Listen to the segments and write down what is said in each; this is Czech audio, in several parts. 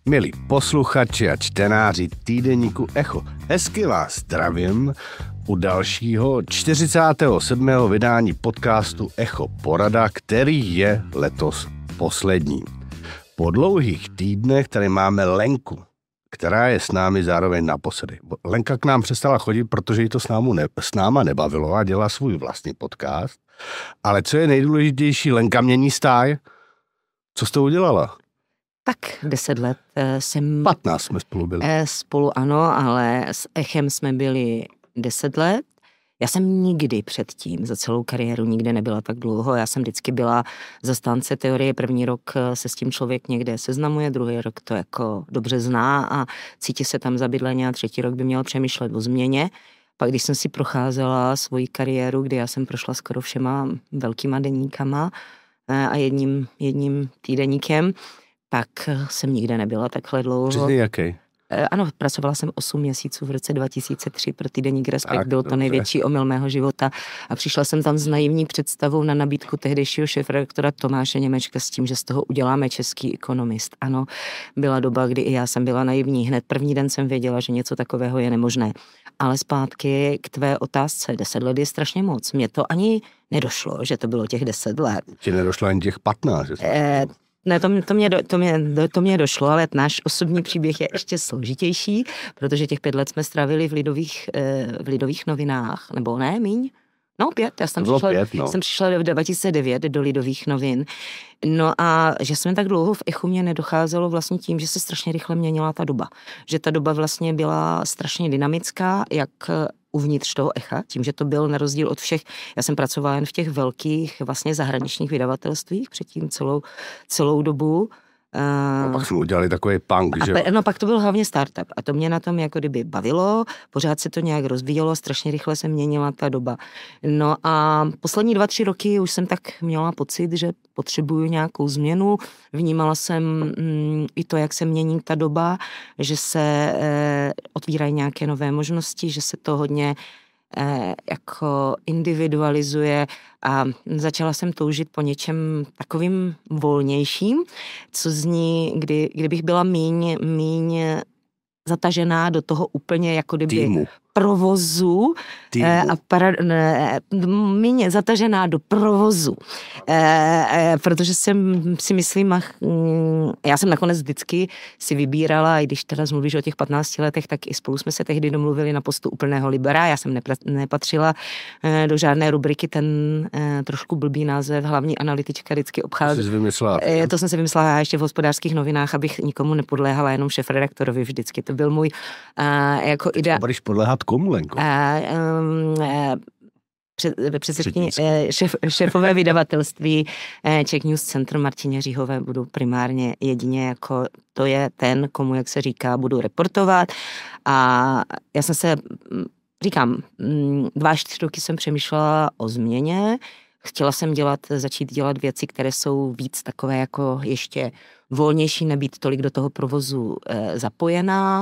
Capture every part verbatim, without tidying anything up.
Milí posluchači a čtenáři týdeníku Echo, hezky vás zdravím u dalšího čtyřicátého sedmého vydání podcastu Echo Porada, který je letos poslední. Po dlouhých týdnech tady máme Lenku, která je s námi zároveň naposledy. Lenka k nám přestala chodit, protože jí to s, námu ne, s náma nebavilo a dělá svůj vlastní podcast. Ale co je nejdůležitější, Lenka mění stáj. Co jste udělala? Tak deset let jsem... patnáct jsme spolu byli. Spolu ano, ale s Echem jsme byli deset let. Já jsem nikdy předtím, za celou kariéru nikdy nebyla tak dlouho. Já jsem vždycky byla zastánce teorie. První rok se s tím člověk někde seznamuje, druhý rok to jako dobře zná a cítí se tam zabydleně a třetí rok by měl přemýšlet o změně. Pak když jsem si procházela svoji kariéru, kdy já jsem prošla skoro všema velkýma deníkama a jedním, jedním týdeníkem, tak jsem nikde nebyla takhle dlouho. Přesně jaký? Ano, pracovala jsem osm měsíců v roce dva tisíce tři pro týdeník Respekt, byl to největší omyl mého života a přišla jsem tam s naivní představou na nabídku tehdejšího šéfredaktora Tomáše Němečka s tím, že z toho uděláme český ekonomist. Ano, byla doba, kdy i já jsem byla naivní. Hned první den jsem věděla, že něco takového je nemožné. Ale zpátky k tvé otázce, deset let je strašně moc. Mně to ani nedošlo, že to bylo těch deset let. Ti nedošlo ani těch patnáct, že eh, Ne, to, to, mě, to, mě, to mě došlo, ale náš osobní příběh je ještě složitější, protože těch pět let jsme strávili v lidových, v lidových novinách, nebo ne, míň? No pět, já jsem přišla, pět, no. jsem přišla v dva tisíce devět do Lidových novin. No a že jsme tak dlouho v Echu mě nedocházelo vlastně tím, že se strašně rychle měnila ta doba. Že ta doba vlastně byla strašně dynamická, jak uvnitř toho Echa, tím, že to byl na rozdíl od všech, já jsem pracovala jen v těch velkých vlastně zahraničních vydavatelstvích předtím celou, celou dobu. No, pak jsme udělali takový punk, že? A, no pak to byl hlavně startup a to mě na tom jako kdyby bavilo, pořád se to nějak rozvíjelo, strašně rychle se měnila ta doba. No a poslední dva, tři roky už jsem tak měla pocit, že potřebuju nějakou změnu, vnímala jsem mm, i to, jak se mění ta doba, že se eh, otvírají nějaké nové možnosti, že se to hodně Eh, jako individualizuje a začala jsem toužit po něčem takovým volnějším, co zní, kdy, kdybych byla míň, míň zatažená do toho úplně jako kdyby Týmu. provozu eh, a para, ne, míň zatažená do provozu. Eh, eh, protože jsem si myslím, ach, mm, já jsem nakonec vždycky si vybírala, i když teda mluvíš o těch patnácti letech, tak i spolu jsme se tehdy domluvili na postu úplného libera. Já jsem nepra, nepatřila eh, do žádné rubriky, ten eh, trošku blbý název, hlavní analytička vždycky obchází. To jsi vymyslela. Eh, to jsem si vymyslela ještě v Hospodářských novinách, abych nikomu nepodléhala, jenom šéfredaktorovi vždycky. To byl můj uh, jako idea. Budeš podléhat komu, Lenko? Uh, um, uh, před, předsedkyně, šéf, šéfové vydavatelství uh, Czech News Center Martině Říhové budu primárně jedině jako to je ten, komu, jak se říká, budu reportovat. A já jsem se, říkám, dva, čtyři roky jsem přemýšlela o změně. Chtěla jsem dělat, začít dělat věci, které jsou víc takové jako ještě volnější, nebýt tolik do toho provozu e, zapojená.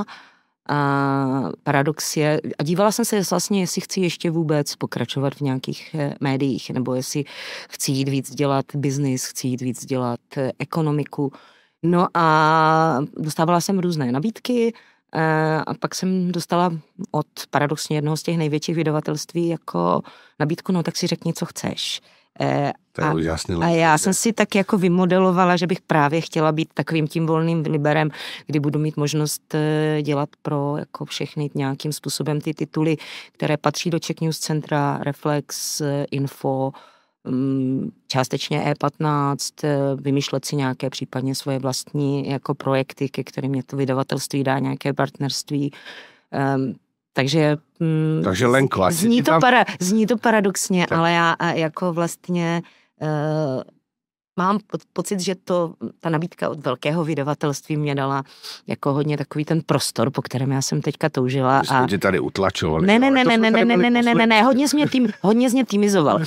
A paradox je, a dívala jsem se vlastně, jestli chci ještě vůbec pokračovat v nějakých e, médiích, nebo jestli chci jít víc dělat biznis, chci jít víc dělat e, ekonomiku. No a dostávala jsem různé nabídky, e, a pak jsem dostala od paradoxně jednoho z těch největších vydavatelství jako nabídku, no tak si řekni, co chceš. E, a, a já jsem si tak jako vymodelovala, že bych právě chtěla být takovým tím volným liberem, kdy budu mít možnost dělat pro jako všechny nějakým způsobem ty tituly, které patří do Czech News Centra, Reflex, Info, částečně E patnáct, vymýšlet si nějaké případně svoje vlastní jako projekty, ke kterým mě to vydavatelství dá nějaké partnerství. Um, takže mm, takže Lenko, zní, to tam... para, zní to paradoxně, tak. Ale já jako vlastně uh, mám pocit, že to, ta nabídka od velkého vydavatelství mě dala jako hodně takový ten prostor, po kterém já jsem teďka toužila. A tě tady utlačovali. Ne, ne, ne, ne, ne, ne, ne, ne, ne, ne, ne, hodně jsi mě tým, hodně jsi mě týmizoval.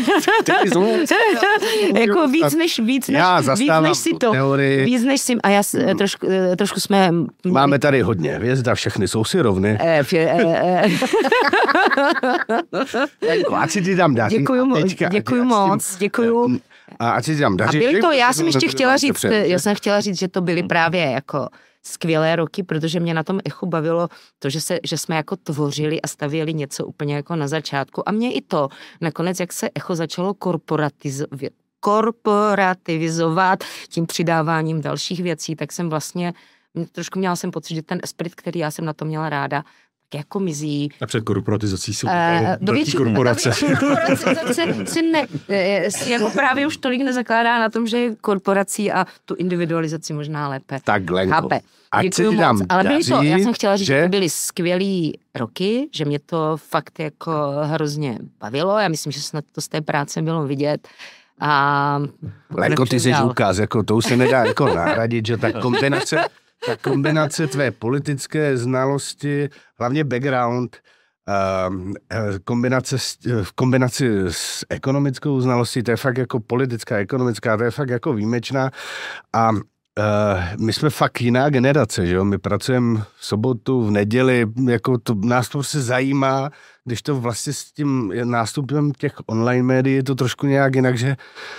Jako víc než, víc než, víc než si to. Teorii. Víc než si, a já trošku, trošku jsme... Máme tady hodně hvězda, všechny jsou si rovny. Ať si ty tam daří. Děkuju, děkuju moc, děkuju. A ať si tam daří. A byly to, já jsem ještě chtěla říct, já jsem chtěla říct, že to byly právě jako skvělé roky, protože mě na tom Echu bavilo to, že, se, že jsme jako tvořili a stavěli něco úplně jako na začátku. A mě i to, nakonec, jak se Echo začalo korporatizovat, korporativizovat tím přidáváním dalších věcí, tak jsem vlastně, trošku měla jsem pocit, že ten esprit, který já jsem na to měla ráda, jako mizí. A před korporatizací jsou uh, velký korporace. korporace si ne, jako právě už tolik nezakládá na tom, že je korporací a tu individualizaci možná lépe tak, Lenko, chápe. Ať se ti dám ale byly daří, to, já jsem chtěla říct, že že to byly skvělý roky, že mě to fakt jako hrozně bavilo. Já myslím, že snad to z té práce bylo vidět. A Lenko, ty jsi ukaz, jako to už se nedá jako nahradit, že ta kombinace Ta kombinace tvé politické znalosti, hlavně background, kombinace v kombinaci s ekonomickou znalostí, to je fakt jako politická, ekonomická, to je fakt jako výjimečná. A my jsme fakt jiná generace, že jo? My pracujeme v sobotu, v neděli, jako to, nás to prostě zajímá, když to vlastně s tím nástupem těch online médií je to trošku nějak jinak, že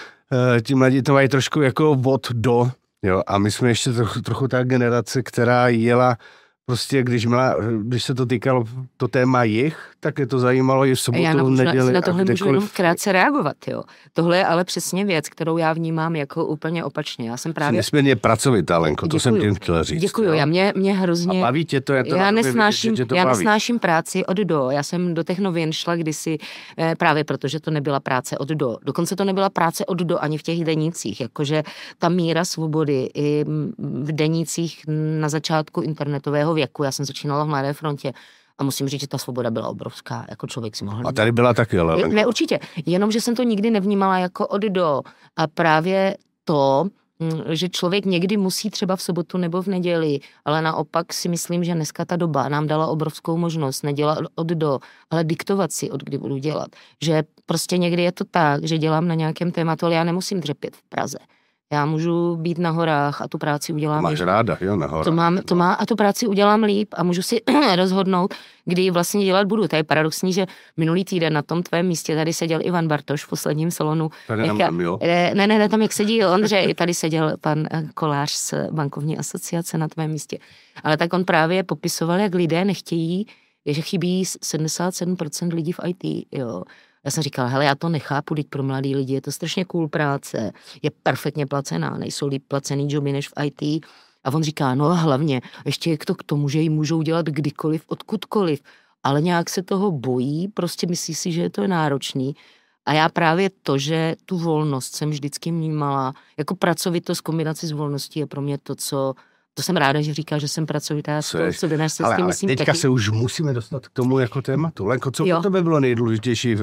ti mladí to mají trošku jako od do. Jo, a my jsme ještě trochu, trochu ta generace, která jela prostě, když, měla, když se to týkalo to téma jich, tak je to zajímalo i v sobotu, já na, v neděli. Na tohle a můžu jenom krátce reagovat, jo. Tohle je ale přesně věc, kterou já vnímám jako úplně opačně. Já jsem právě... Jsi nesmírně pracovitá, Lenko, to jsem tím chtěla říct. Děkuju, já mě, mě hrozně... A baví tě to? Je to já nesnáším, vidět, to já baví. nesnáším práci od do. Já jsem do těch novin šla kdysi eh, právě protože to nebyla práce od do. Dokonce to nebyla práce od do ani v těch denících, jakože ta míra svobody i v denících na začátku internetového věku, já jsem začínala v Mladé frontě, a musím říct, že ta svoboda byla obrovská, jako člověk si mohl... A tady byla taky, ale... Ne, určitě, jenom, že jsem to nikdy nevnímala jako od do. A právě to, že člověk někdy musí třeba v sobotu nebo v neděli, ale naopak si myslím, že dneska ta doba nám dala obrovskou možnost nedělat od do, ale diktovat si, od kdy budu dělat. Že prostě někdy je to tak, že dělám na nějakém tématu, ale já nemusím dřepět v Praze. Já můžu být na horách a tu práci udělám. Máš líp. Ráda, jo, na horách. To mám, to má, a tu práci udělám líp a můžu si rozhodnout, kdy ji vlastně dělat budu. To je paradoxní, že minulý týden na tom tvém místě tady seděl Ivan Bartoš v posledním salonu. Tady nám tam, jo? Ne, ne, ne, tam jak sedí Ondřej, tady seděl pan Kolář z bankovní asociace na tvém místě. Ale tak on právě popisoval, jak lidé nechtějí, že chybí sedmdesát sedm procent lidí v í té, jo. Já jsem říkala, hele, já to nechápu, teď pro mladý lidi je to strašně cool práce, je perfektně placená, nejsou líp placený joby než v í té. A on říká, no a hlavně, ještě je to k tomu, že ji můžou dělat kdykoliv, odkudkoliv, ale nějak se toho bojí, prostě myslí si, že je to náročný. A já právě to, že tu volnost jsem vždycky vnímala, jako pracovitost kombinaci s volností je pro mě to, co... To jsem ráda, že říká, že jsem pracovitá, co, co dnes se ale, s tím ale myslím teďka taky. Se už musíme dostat k tomu jako tématu. Lenko, co jo. pro tebe bylo nejdůležitější v,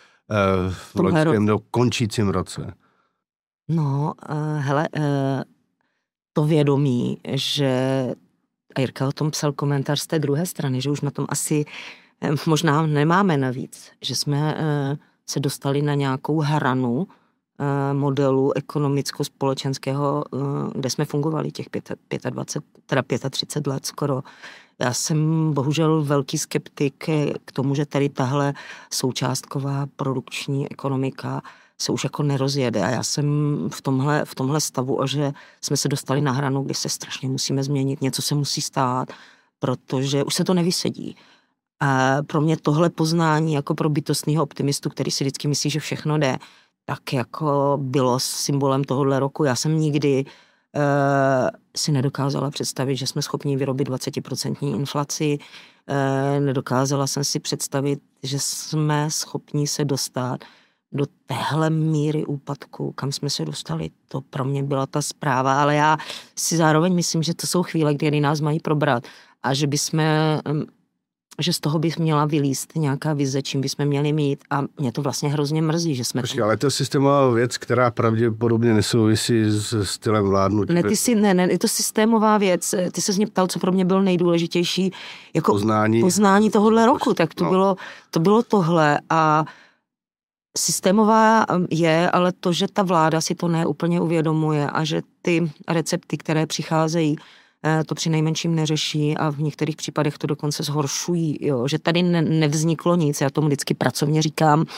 v loňském do končícím roce? No, uh, hele, uh, to vědomí, že a Jirka o tom psal komentář z té druhé strany, že už na tom asi uh, možná nemáme navíc, že jsme uh, se dostali na nějakou hranu modelu ekonomicko-společenského, kde jsme fungovali těch dvacet pět, teda třicet pět let skoro. Já jsem bohužel velký skeptik k tomu, že tady tahle součástková produkční ekonomika se už jako nerozjede. A já jsem v tomhle, v tomhle stavu, a že jsme se dostali na hranu, kdy se strašně musíme změnit, něco se musí stát, protože už se to nevysedí. A pro mě tohle poznání jako pro bytostného optimistu, který si vždycky myslí, že všechno jde, tak jako bylo symbolem tohohle roku. Já jsem nikdy uh, si nedokázala představit, že jsme schopni vyrobit dvacetiprocentní inflaci. Uh, nedokázala jsem si představit, že jsme schopni se dostat do téhle míry úpadku, kam jsme se dostali. To pro mě byla ta zpráva, ale já si zároveň myslím, že to jsou chvíle, kdy nás mají probrat a že bychom... Um, že z toho by měla vylíst nějaká vize, čím bychom měli mít, a mě to vlastně hrozně mrzí, že jsme... Počkej, ale to je systémová věc, která pravděpodobně nesouvisí s stylem vládnutí. Ne, ty si, ne, ne, je to systémová věc. Ty se mě ptal, co pro mě bylo nejdůležitější jako poznání, poznání tohohle roku, tak to, no. bylo, to bylo tohle a systémová je, ale to, že ta vláda si to neúplně uvědomuje a že ty recepty, které přicházejí, to při nejmenším neřeší a v některých případech to dokonce zhoršují, jo? Že tady ne, nevzniklo nic, já tomu vždycky pracovně říkám,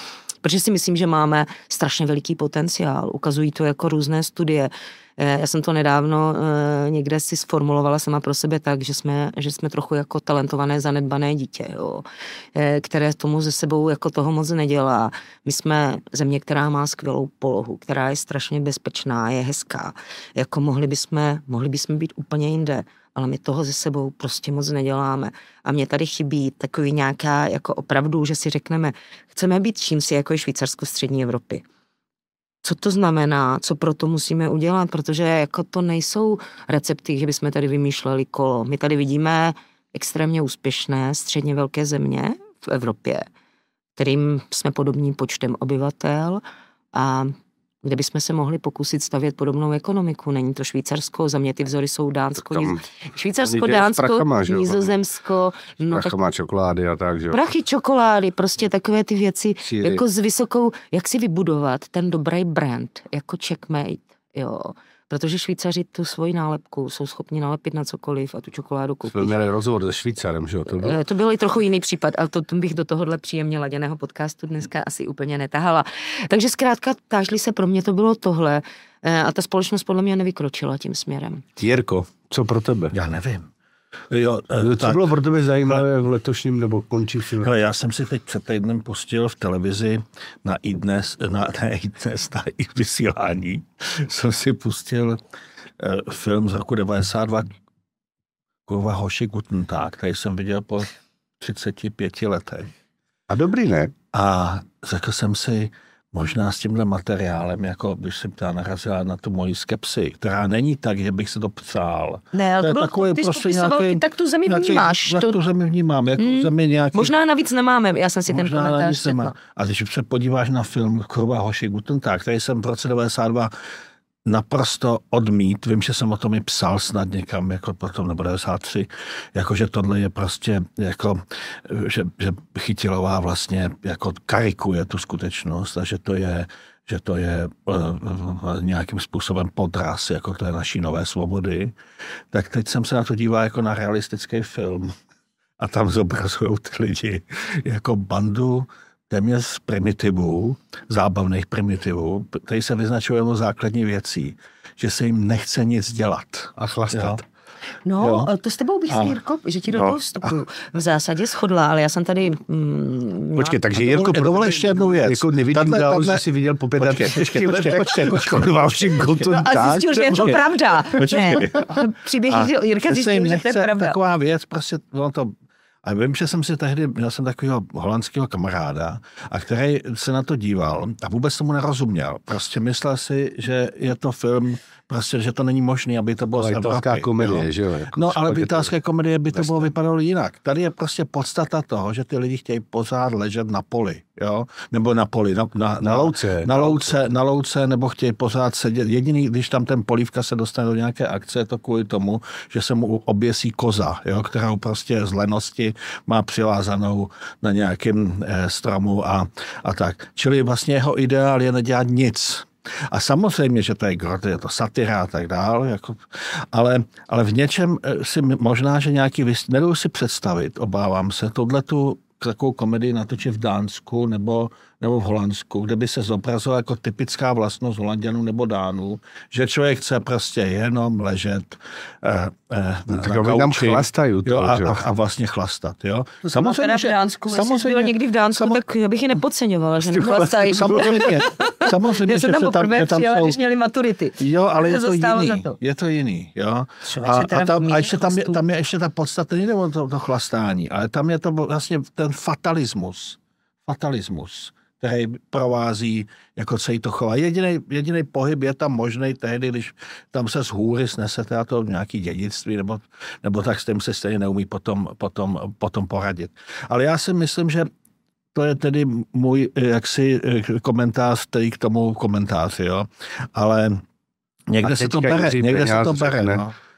protože si myslím, že máme strašně veliký potenciál. Ukazují to jako různé studie. Já jsem to nedávno někde si sformulovala sama pro sebe tak, že jsme, že jsme trochu jako talentované, zanedbané dítě, jo, které tomu ze sebou jako toho moc nedělá. My jsme země, která má skvělou polohu, která je strašně bezpečná, je hezká. Jako mohli bychom, mohli bychom být úplně jinde, ale my toho ze sebou prostě moc neděláme. A mně tady chybí takový nějaká jako opravdu, že si řekneme, chceme být čímsi jako je Švýcarsko střední Evropy. Co to znamená, co pro to musíme udělat, protože jako to nejsou recepty, že bychom tady vymýšleli kolo. My tady vidíme extrémně úspěšné středně velké země v Evropě, kterým jsme podobní počtem obyvatel a kde bychom se mohli pokusit stavět podobnou ekonomiku. Není to Švýcarsko, za mě ty vzory jsou Dánsko, Niz... Švýcarsko, Dánsko, prachama, Nizozemsko. No, prachama, čokolády a tak, že jo. Prachy, čokolády, prostě takové ty věci, Síry. Jako s vysokou, jak si vybudovat ten dobrý brand, jako Checkmate, jo. Protože Švýcaři tu svoji nálepku jsou schopni nalepit na cokoliv a tu čokoládu koupit. Jsme měli rozhovor se Švýcarem, že jo? To, bylo... to byl i trochu jiný případ, ale to bych do tohohle příjemně laděného podcastu dneska asi úplně netahala. Takže zkrátka, tážli se, pro mě to bylo tohle a ta společnost podle mě nevykročila tím směrem. Jirko, co pro tebe? Já nevím. Jo, co tak, bylo pro tebe zajímavé v letošním nebo končícím? Hele, já jsem si teď před týdnem pustil v televizi na iDnes, na, ne, iDnes, na iVysílání, jsem si pustil uh, film z roku devadesát dva Kurva hoši Guten Tag, který jsem viděl po třiceti pěti letech. A dobrý, ne? A řekl jsem si, možná s tímhle materiálem, jako když jsem ta narazila na tu moji skepsi, která není tak, že bych se to psal. Ne, ale to, to takový ty prostě nějaký, tak tu zemi nějaký, vnímáš. Jak to... tu zemi vnímám, jako hmm. zemi nějaký... Možná navíc nemáme, já jsem si ten komentář četla. A když se podíváš na film Kurva hoši Guten Tag, který jsem v roce devadesát dva naprosto odmít, vím, že jsem o tom i psal snad někam, jako potom nebo devadesát tři, jakože tohle je prostě, jako, že, že Chytilová vlastně jako karikuje tu skutečnost a že to je, že to je uh, nějakým způsobem podraz, jako to je naší nové svobody, tak teď jsem se na to díval jako na realistický film a tam zobrazují ty lidi jako bandu téměř primitivů, zábavných primitivů, který se vyznačují jenom základní věcí, že se jim nechce nic dělat. A chlastat. Jo. No, jo. To s tebou bych si, Jirko, že ti do toho vstupuju. V zásadě shodla, ale já jsem tady... Mm, počkej, takže Jirko, dovol ještě jednu věc. Jako nevidím dál, že jsi viděl po pěti. Počkej, počkej, počkej, počkej. A zjistil, že je to pravda. Ne, příběh Jirka zjistil, že to je pravda. Taková věc, prostě to... A vím, že jsem si tehdy, měl jsem takového holandského kamaráda, a který se na to díval a vůbec tomu nerozuměl. Prostě myslel si, že je to film, prostě, že to není možné, aby to bylo z Evropy. Italská komedie, jo? Že jo? Jako no, ale v italské komedii by to bylo vypadalo jinak. Tady je prostě podstata toho, že ty lidi chtějí pořád ležet na poli, jo? Nebo na poli, na, na, na louce. Na louce, na louce, nebo chtějí pořád sedět. Jediný, když tam ten polívka se dostane do nějaké akce, je to kvůli tomu, že se mu oběsí koza, jo? Kterou prostě z lenosti má přivázanou na nějakém eh, stromu a, a tak. Čili vlastně jeho ideál je nedělat nic. A samozřejmě, že to je grot, je to satira a tak dále, jako, ale, ale v něčem si možná, že nějaký, nedou si představit, obávám se, touhletu takovou komedii natočit v Dánsku nebo, nebo v Holandsku, kde by se zobrazovala jako typická vlastnost Holanděnů nebo Dánů, že člověk chce prostě jenom ležet eh, eh, no, na kauči. Tam chlastají to, jo, a, a, a vlastně chlastat. Jo. To samozřejmě, že v Dánsku, samozřejmě, byl někdy v Dánsku, samozřejmě, tak já bych ji nepodceňovala, že nechlastají. Samozřejmě, samozřejmě, že se tam poprvé přijela, když měli maturity. Jo, ale je to jiný. Je to jiný, jo. A, a, tam, a ještě tam, je, tam je ještě ta podstata, nejde o to, to chlastání, ale tam je to vlastně ten fatalismus. Fatalismus, který provází jako celý to chová. Jedinej, jedinej pohyb je tam možný tehdy, když tam se z hůry snesete a to nějaký dědictví, nebo, nebo tak s tím se stejně neumí potom, potom, potom poradit. Ale já si myslím, že to je tedy můj jaksi komentář, který k tomu komentáři, jo. Ale někde se to bere, někde se to bere, no.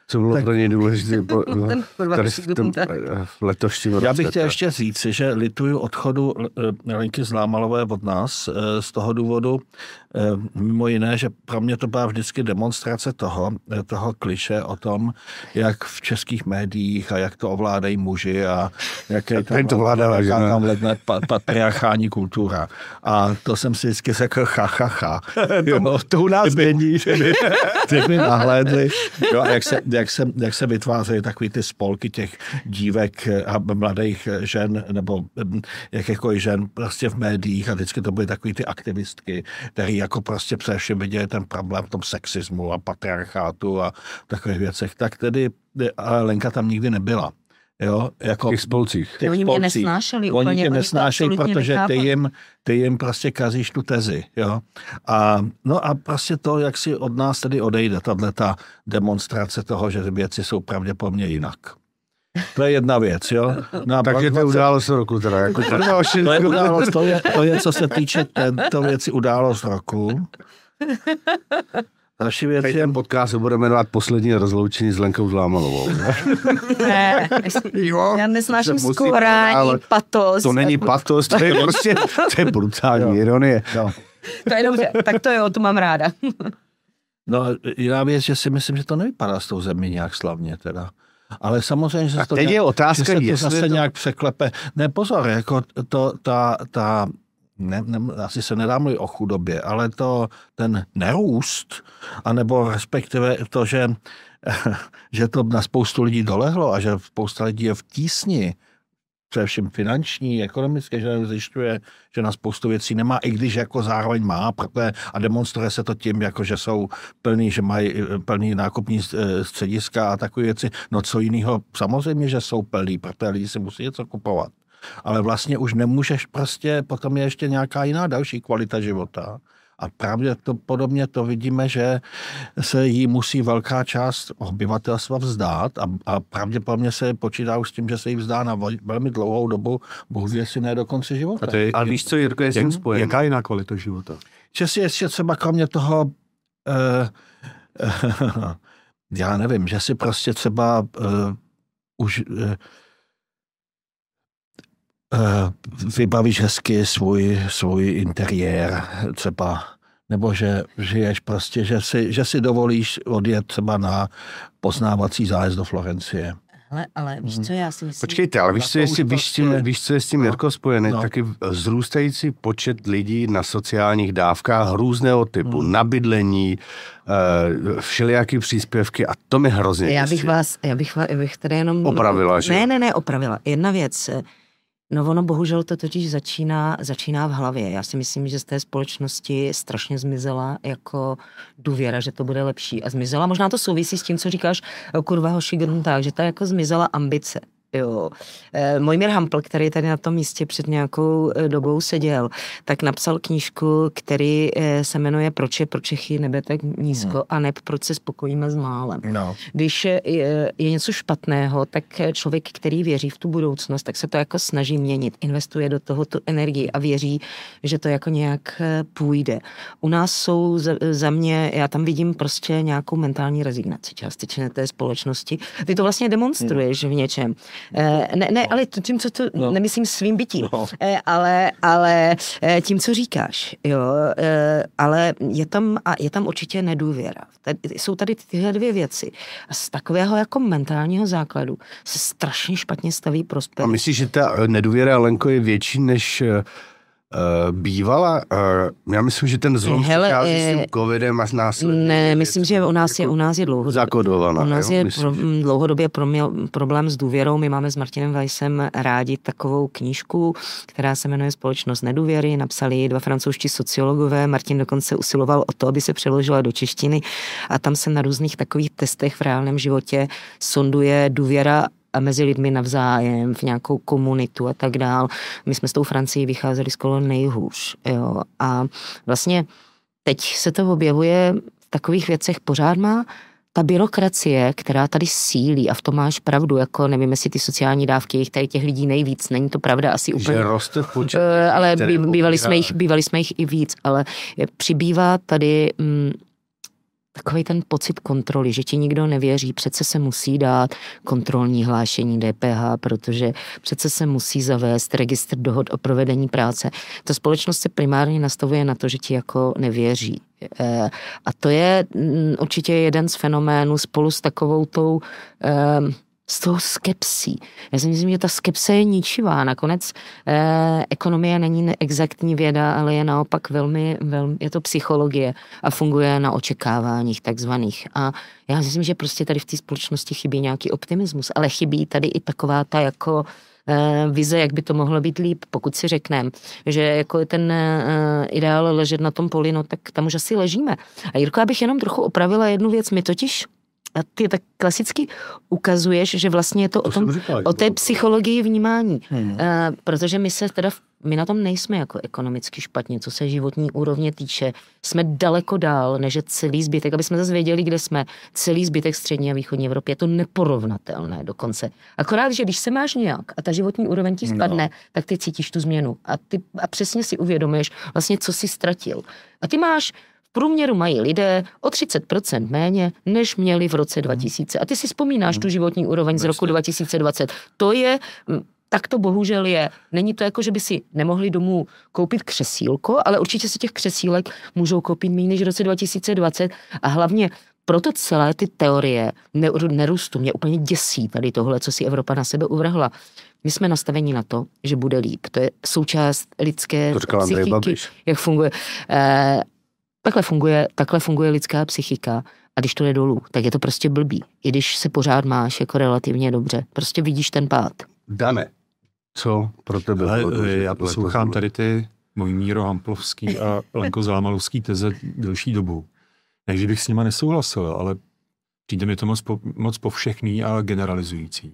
Co bylo tak, pro něj důležité po, ten, tady v, tom, v letošním roce. Já bych chtěl ještě říci, že lituju odchodu Lenky Zlámalové od nás z toho důvodu, mimo jiné, že pro mě to byla vždycky demonstrace toho, toho kliše o tom, jak v českých médiích a jak to ovládají muži a jaké tam, to vládala, že tam ledne patriarchální kultura. A to jsem si vždycky řekl ha, ha, ha. To, to u nás není. Ty mi nahlédli. Jo, jak, se, jak, se, jak se vytvářejí takový ty spolky těch dívek a mladých žen, nebo jakékoliv žen prostě v médiích a vždycky to byly takový ty aktivistky, který jako prostě především viděli ten problém v tom sexismu a patriarchátu a takových věcech. Tak tedy ale Lenka tam nikdy nebyla. Jo, jako v těch spolcích. Těch oni mě nesnášeli oni úplně. Oni tě nesnášejí, protože ty jim, ty jim prostě kazíš tu tezi. Jo? A, no a prostě to, jak si od nás tedy odejde, tato demonstrace toho, že věci jsou pravděpodobně jinak. To je jedna věc, jo. No takže to je událost roku teda. Jako to, to, je událost, to, je, to je, co se týče této věci, událost roku. Další věc je... Ten podcast se bude jmenovat Poslední rozloučení s Lenkou Zlámalovou. Ne, já nesnáším skórání, patos. To není patos, to je prostě to je brutální ironie. No. To je dobře, tak to jo, to mám ráda. No, jiná věc, že si myslím, že to nevypadá s tou zemí nějak slavně teda. Ale samozřejmě, že, to teď nějak, je otázka, že se to jestli zase to... nějak překlepe. Ne, pozor, jako to, ta, ta ne, ne, asi se nedá mluvit o chudobě, ale to, ten nerůst, anebo respektive to, že, že to na spoustu lidí dolehlo a že spousta lidí je v tísni, především finanční, ekonomické, že zjišťuje, že na spoustu věcí nemá, i když jako zároveň má, protože a demonstruje se to tím, jako že jsou plný, že mají plný nákupní střediska a takové věci. No co jiného, samozřejmě, že jsou plný, protože lidi si musí něco kupovat. Ale vlastně už nemůžeš prostě, potom je ještě nějaká jiná další kvalita života. A právě to podobně to vidíme, že se jí musí velká část obyvatelstva vzdát a, a pravděpodobně se počítá už s tím, že se jí vzdá na velmi dlouhou dobu, bohu jestli ne do konce života. A je, ale víš co, Jirko, je s tím spojen? Jaká jiná kvalita života? Že si ještě třeba kromě toho, uh, uh, já nevím, že si prostě třeba uh, už... Uh, vybavíš hezky svůj, svůj interiér třeba, nebo že žiješ prostě, že si, že si dovolíš odjet třeba na poznávací zájezd do Florencie. Hele, ale víš co, já si myslím... Počkejte, ale víš, co, jestli, víš, prostě... tím, víš, co je s tím, Jirko, spojené? No. Taky vzrůstající počet lidí na sociálních dávkách různého typu, hmm. na bydlení, uh, všelijaký příspěvky a to mi hrozně Já bych vás, já bych, já bych tady jenom... Opravila, že? Ne, ne, ne, opravila. Jedna věc... No ono bohužel to totiž začíná, začíná v hlavě. Já si myslím, že z té společnosti strašně zmizela jako důvěra, že to bude lepší. A zmizela, možná to souvisí s tím, co říkáš, kurva hoši, tak, že ta jako zmizela ambice. Jo. E, Mojmír Hampl, který tady na tom místě před nějakou dobou seděl, tak napsal knížku, který se jmenuje Proč je pro Čechy nebe tak nízko hmm. a neb proč se spokojíme s málem. No. Když je, je něco špatného, tak člověk, který věří v tu budoucnost, tak se to jako snaží měnit, investuje do toho tu energii a věří, že to jako nějak půjde. U nás jsou za, za mě, já tam vidím prostě nějakou mentální rezignaci částečně té společnosti. Ty to vlastně demonstruješ hmm. v něčem. Ne, ne, ale tím, co to no. nemyslím svým bytím, no. ale, ale tím, co říkáš, jo, ale je tam, a je tam určitě nedůvěra. Tady, jsou tady tyhle dvě věci. A z takového jako mentálního základu se strašně špatně staví prosperita. A myslíš, že ta nedůvěra, Lenko, je větší než Uh, bývala? Uh, já myslím, že ten zlom přichází s tím covidem a s následně. Ne, myslím, že u nás je, u nás je dlouhodobě. Zakodovaná. U nás jo? je myslím, pro, že... dlouhodobě proměl, problém s důvěrou. My máme s Martinem Weissem rádi takovou knížku, která se jmenuje Společnost nedůvěry. Napsali ji dva francouzští sociologové. Martin dokonce usiloval o to, aby se přeložila do češtiny a tam se na různých takových testech v reálném životě sonduje důvěra a mezi lidmi navzájem, v nějakou komunitu a tak dál. My jsme s tou Francií vycházeli skoro nejhůř. Jo. A vlastně teď se to objevuje v takových věcech pořád má ta byrokracie, která tady sílí a v tom máš pravdu, jako nevím, jestli ty sociální dávky, jich tady těch lidí nejvíc, není to pravda asi úplně. Že roste počet. Ale bývali jsme, jich, bývali jsme jich i víc, ale přibývá tady... Mm, takový ten pocit kontroly, že ti nikdo nevěří, přece se musí dát kontrolní hlášení D P H, protože přece se musí zavést registr dohod o provedení práce. Ta společnost se primárně nastavuje na to, že ti jako nevěří. A to je určitě jeden z fenoménů spolu s takovou tou s tou skepsí. Já si myslím, že ta skepse je ničivá. Nakonec eh, ekonomie není exaktní věda, ale je naopak velmi, velmi, je to psychologie a funguje na očekáváních takzvaných. A já si myslím, že prostě tady v té společnosti chybí nějaký optimismus, ale chybí tady i taková ta jako eh, vize, jak by to mohlo být líp, pokud si řekneme, že jako je ten eh, ideál ležet na tom poli, no tak tam už asi ležíme. A Jirko, abych jenom trochu opravila jednu věc, my totiž a ty tak klasicky ukazuješ, že vlastně je to, to o, tom, říkal, o té psychologii vnímání. Hmm. Uh, protože my se teda, my na tom nejsme jako ekonomicky špatně, co se životní úrovně týče. Jsme daleko dál, než je celý zbytek, aby jsme zase věděli, kde jsme. Celý zbytek střední a východní Evropy je to neporovnatelné dokonce. Akorát, že když se máš nějak a ta životní úroveň ti spadne, no. tak ty cítíš tu změnu. A, ty, a přesně si uvědomuješ vlastně, co jsi ztratil. A ty máš v průměru mají lidé o třicet procent méně, než měli v roce dva tisíce. A ty si vzpomínáš tu životní úroveň z roku dva tisíce dvacet. To je, tak to bohužel je. Není to jako, že by si nemohli domů koupit křesílko, ale určitě si těch křesílek můžou koupit méně než v roce dva tisíce dvacet. A hlavně proto celé ty teorie nerůstu mě úplně děsí tady tohle, co si Evropa na sebe uvrhla. My jsme nastaveni na to, že bude líp. To je součást lidské psychiky, jak funguje. Eh, Takhle funguje, takhle funguje lidská psychika a když to jde dolů, tak je to prostě blbý. I když se pořád máš jako relativně dobře. Prostě vidíš ten pád. Dane, co pro tebe? Ale já poslouchám tady ty Mojmíro Hamplovský a Lenko Zámalovský teze delší dobu. Takže bych s nima nesouhlasil, ale přijde mi to moc, po, moc povšechný a generalizující.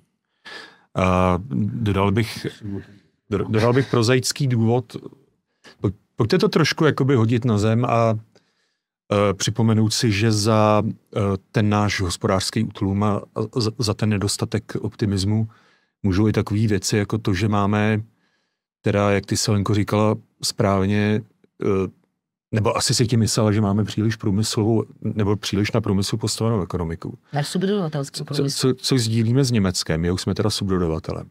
A dodal bych, dodal bych prozaický důvod. Pojďte to trošku jakoby hodit na zem a uh, připomenout si, že za uh, ten náš hospodářský útlum a za, za ten nedostatek optimismu můžou i takové věci, jako to, že máme, teda, jak ty Selenko říkala správně, uh, nebo asi si tím myslela, že máme příliš průmyslovou, nebo příliš na průmyslu postavenou ekonomiku. Na subdodavatelský průmysl. Co, co, co sdílíme s Německem, my už jsme teda subdodavatelem.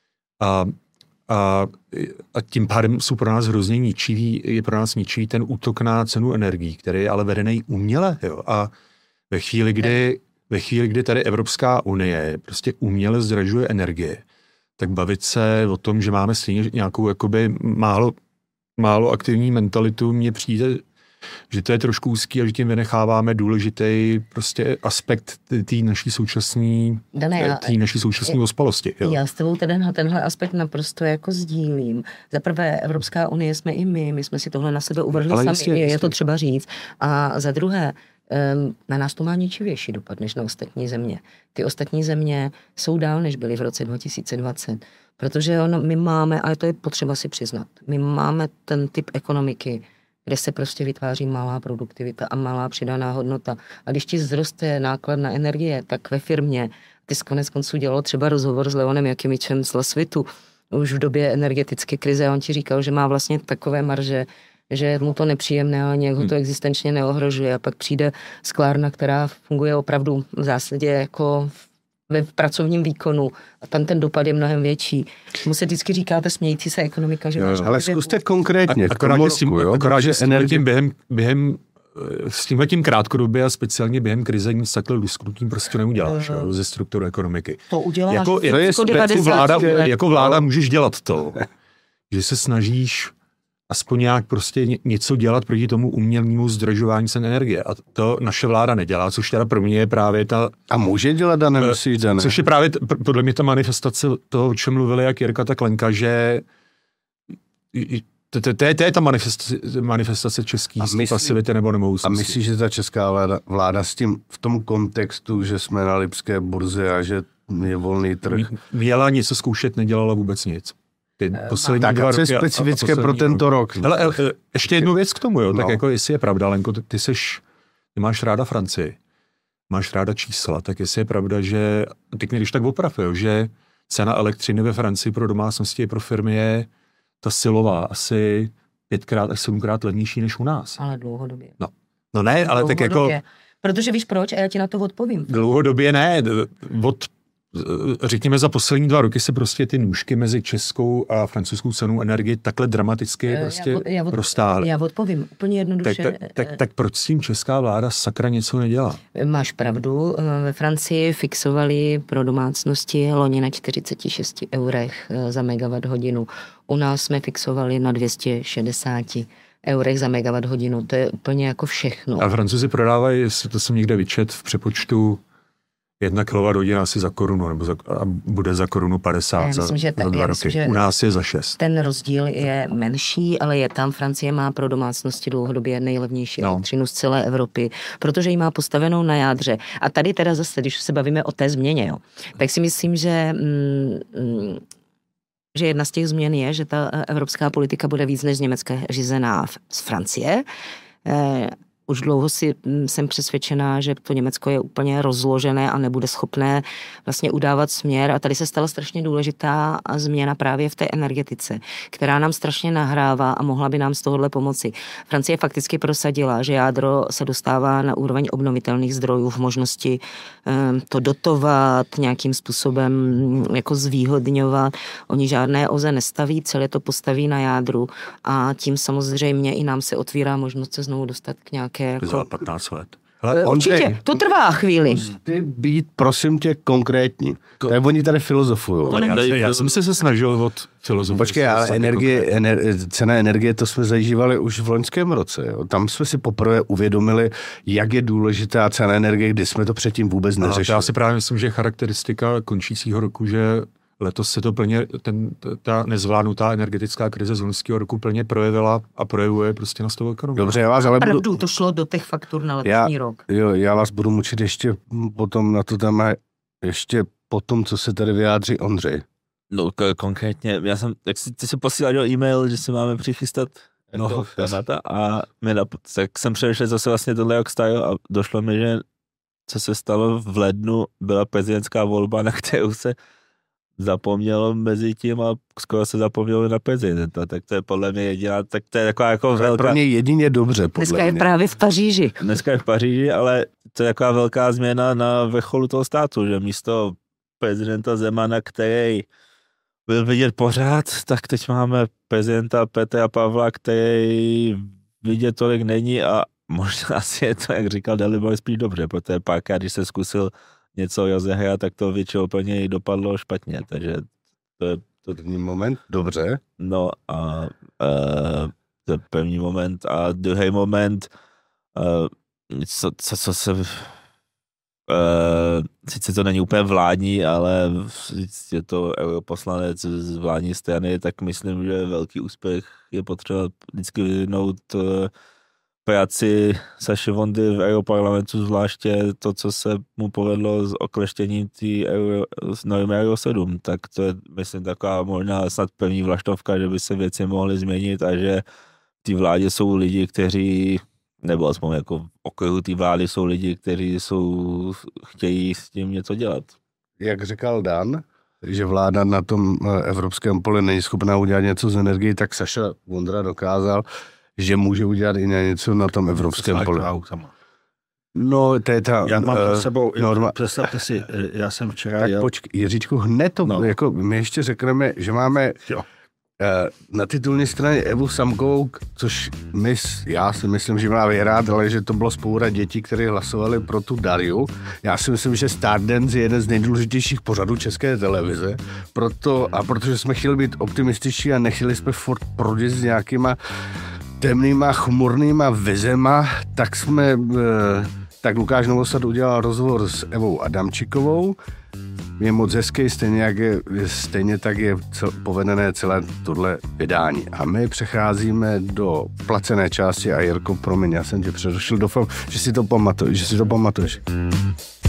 A A, a tím pádem jsou pro nás hrozně ničivý, je pro nás ničivý ten útok na cenu energií, který je ale vedený uměle. Jo. A ve chvíli, kdy, ve chvíli, kdy tady Evropská unie prostě uměle zdražuje energie, tak bavit se o tom, že máme stejně nějakou jakoby málo, málo aktivní mentalitu, mně přijde, že to je trošku úzký a že tím vynecháváme důležitý prostě aspekt té naší současné té naší současné ospalosti. Jo. Já s tebou teda na tenhle aspekt naprosto jako sdílím. Za prvé, Evropská unie jsme i my, my jsme si tohle na sebe uvrhli sami, jistě, je, je to třeba říct. A za druhé, na nás to má ničivější dopad než na ostatní země. Ty ostatní země jsou dál, než byly v roce dva tisíce dvacet. Protože ono, my máme, a to je potřeba si přiznat, my máme ten typ ekonomiky, kde se prostě vytváří malá produktivita a malá přidaná hodnota. A když ti zroste náklad na energie, tak ve firmě, ty jsi konec konců dělal třeba rozhovor s Leonem Jakimičem z Lasvitu, už v době energetické krize, a on ti říkal, že má vlastně takové marže, že mu to nepříjemné, ale nějak ho to existenčně neohrožuje. A pak přijde sklárna, která funguje opravdu v zásadě jako ve pracovním výkonu a tam ten dopad je mnohem větší. Mu se vždycky říkáte smějící se ekonomika, že... Jo, ale zkuste konkrétně. Akorát, že s tím, jo, akorát, že s tím během, během s tímhletím krátkodobě a speciálně během krize nic takhle lusknutím prostě neuděláš uh, ze struktury ekonomiky. To uděláš. Jako, to je jako vláda, jako vláda můžeš dělat to, že se snažíš aspoň nějak prostě něco dělat proti tomu umělému zdražování cen energie. A to naše vláda nedělá, což teda pro mě je právě ta... A může dělat, a nemusíš, Dane. Což je právě t, podle mě ta manifestace toho, o čem mluvili jak Jirka, tak Lenka, že to, to, to, je, to je ta manifestace, manifestace český pasivity nebo nemohoucnosti. A myslíš, že ta česká vláda, vláda s tím v tom kontextu, že jsme na lipské burze a že je volný trh... Měla něco zkoušet, nedělala vůbec nic. Tak a co je specifické pro tento rok? Hele, ještě jednu věc k tomu, jo. No. Tak jako jestli je pravda, Lenko, ty seš, ty máš ráda Francii, máš ráda čísla, tak jestli je pravda, že, teď mě když tak oprav, jo, že cena elektřiny ve Francii pro domácnosti i pro firmy je ta silová asi pětkrát až sedmkrát levnější než u nás. Ale dlouhodobě. No, no ne, ale tak jako... Protože víš proč? A já ti na to odpovím. Dlouhodobě ne. Od, řekněme, za poslední dva roky se prostě ty nůžky mezi českou a francouzskou cenou energie takhle dramaticky prostě já, já od, prostáhly. Já odpovím úplně jednoduše. Tak, tak, tak, tak proč s tím česká vláda sakra něco nedělá? Máš pravdu. Ve Francii fixovali pro domácnosti loni na čtyřicet šest eurech za megawatt hodinu. U nás jsme fixovali na dvě stě šedesát eurech za megawatt hodinu. To je úplně jako všechno. A Francouzi prodávají, jestli to jsem někde vyčet, v přepočtu jedna kilowatt hodina asi za korunu, nebo za, a bude za korunu padesát myslím, za, že ta, za dva roky. Myslím, u nás je za šest. Ten rozdíl je menší, ale je tam. Francie má pro domácnosti dlouhodobě nejlevnější no. elektřinu z celé Evropy, protože ji má postavenou na jádře. A tady teda zase, když se bavíme o té změně, jo, tak si myslím, že... Mm, že jedna z těch změn je, že ta evropská politika bude víc než z Německa řízená z Francie. Eh, už dlouho si jsem přesvědčená, že to Německo je úplně rozložené a nebude schopné vlastně udávat směr. A tady se stala strašně důležitá změna právě v té energetice, která nám strašně nahrává a mohla by nám z tohohle pomoci. Francie fakticky prosadila, že jádro se dostává na úroveň obnovitelných zdrojů v možnosti to dotovat, nějakým způsobem jako zvýhodňovat. Oni žádné O Z E nestaví, celé to postaví na jádru a tím samozřejmě i nám se otvírá možnost se znovu dostat k nějaké jako... Za patnáct let. Hele, určitě, to trvá chvíli. Ty být, prosím tě, konkrétní. To je, oni tady filozofují. Já, já jsem se snažil od filozofů. Počkej, ale energie, ener, cena energie, to jsme zažívali už v loňském roce. Jo. Tam jsme si poprvé uvědomili, jak je důležitá cena energie, kdy jsme to předtím vůbec neřešili. Já si právě myslím, že charakteristika končícího roku, že letos se to plně, ten, ta nezvládnutá energetická krize z loňského roku plně projevila a projevuje prostě na stovou ekonomii. Dobře, já vás ale Pravdu, budu... to šlo do těch faktur na letošní já, rok. Jo, já vás budu mučit ještě potom na to téma, ještě potom, co se tady vyjádří Ondřej. No konkrétně, já jsem, jak si, ty si posílal do e-mail, že se máme přichystat no, témata a mě nap, tak jsem přemýšlel zase vlastně tohle jak style a došlo mi, že co se stalo v lednu, byla prezidentská volba, na kterou se zapomnělo mezi tím a skoro se zapomnělo na prezidenta, tak to je podle mě jediná, tak to je taková jako velká... Pro mě jedině dobře, podle Dneska je mě. právě v Paříži. Dneska je v Paříži, ale to je taková velká změna na vrcholu toho státu, že místo prezidenta Zemana, který byl vidět pořád, tak teď máme prezidenta Petra Pavla, který vidět tolik není a možná asi je to, jak říkal Dalibor, spíš dobře, protože párkrát, když se zkusil něco rozehrát, tak to většinou úplně i dopadlo špatně, takže to je... To... První moment, dobře. No a uh, to je první moment a druhý moment, uh, co, co, co se... Uh, sice to není úplně vládní, ale je to europoslanec z vládní strany, tak myslím, že velký úspěch je potřeba vždycky vyvinout uh, práci Saši Vondy v europarlamentu, zvláště to, co se mu povedlo s okleštěním tý euro, s normy Euro sedm, tak to je, myslím, taková možná snad první vlaštovka, že by se věci mohly změnit a že v té vládě jsou lidi, kteří, nebo aspoň jako v okruhu té vlády jsou lidi, kteří jsou, chtějí s tím něco dělat. Jak říkal Dan, že vláda na tom evropském poli není schopná udělat něco z energií, tak Saša Vondra dokázal, že může udělat i něco na tom evropském poli. No, to je ta... Já mám uh, sebou, norma... představte si, já jsem včera... Tak jel... počkej, Jiříčku, hned to, no. jako my ještě řekneme, že máme uh, na titulní straně Evu Samkovou, což my, já si myslím, že má vyhrát, ale že to bylo spoura dětí, které hlasovali pro tu Dariu. Já si myslím, že Stardance je jeden z nejdůležitějších pořadů České televize, proto, a protože jsme chtěli být optimističtí a nechtěli jsme furt prodit s nějakýma temnýma, chmurnýma vizema, tak jsme, tak Lukáš Novosad udělal rozhovor s Evou Adamčikovou. Je moc hezký, stejně, jak je, stejně tak je cel, povedené celé tohle vydání. A my přecházíme do placené části a Jirko, promiň, já jsem tě přerušil, doufám, že si to pamatuješ, že si to pamatuješ.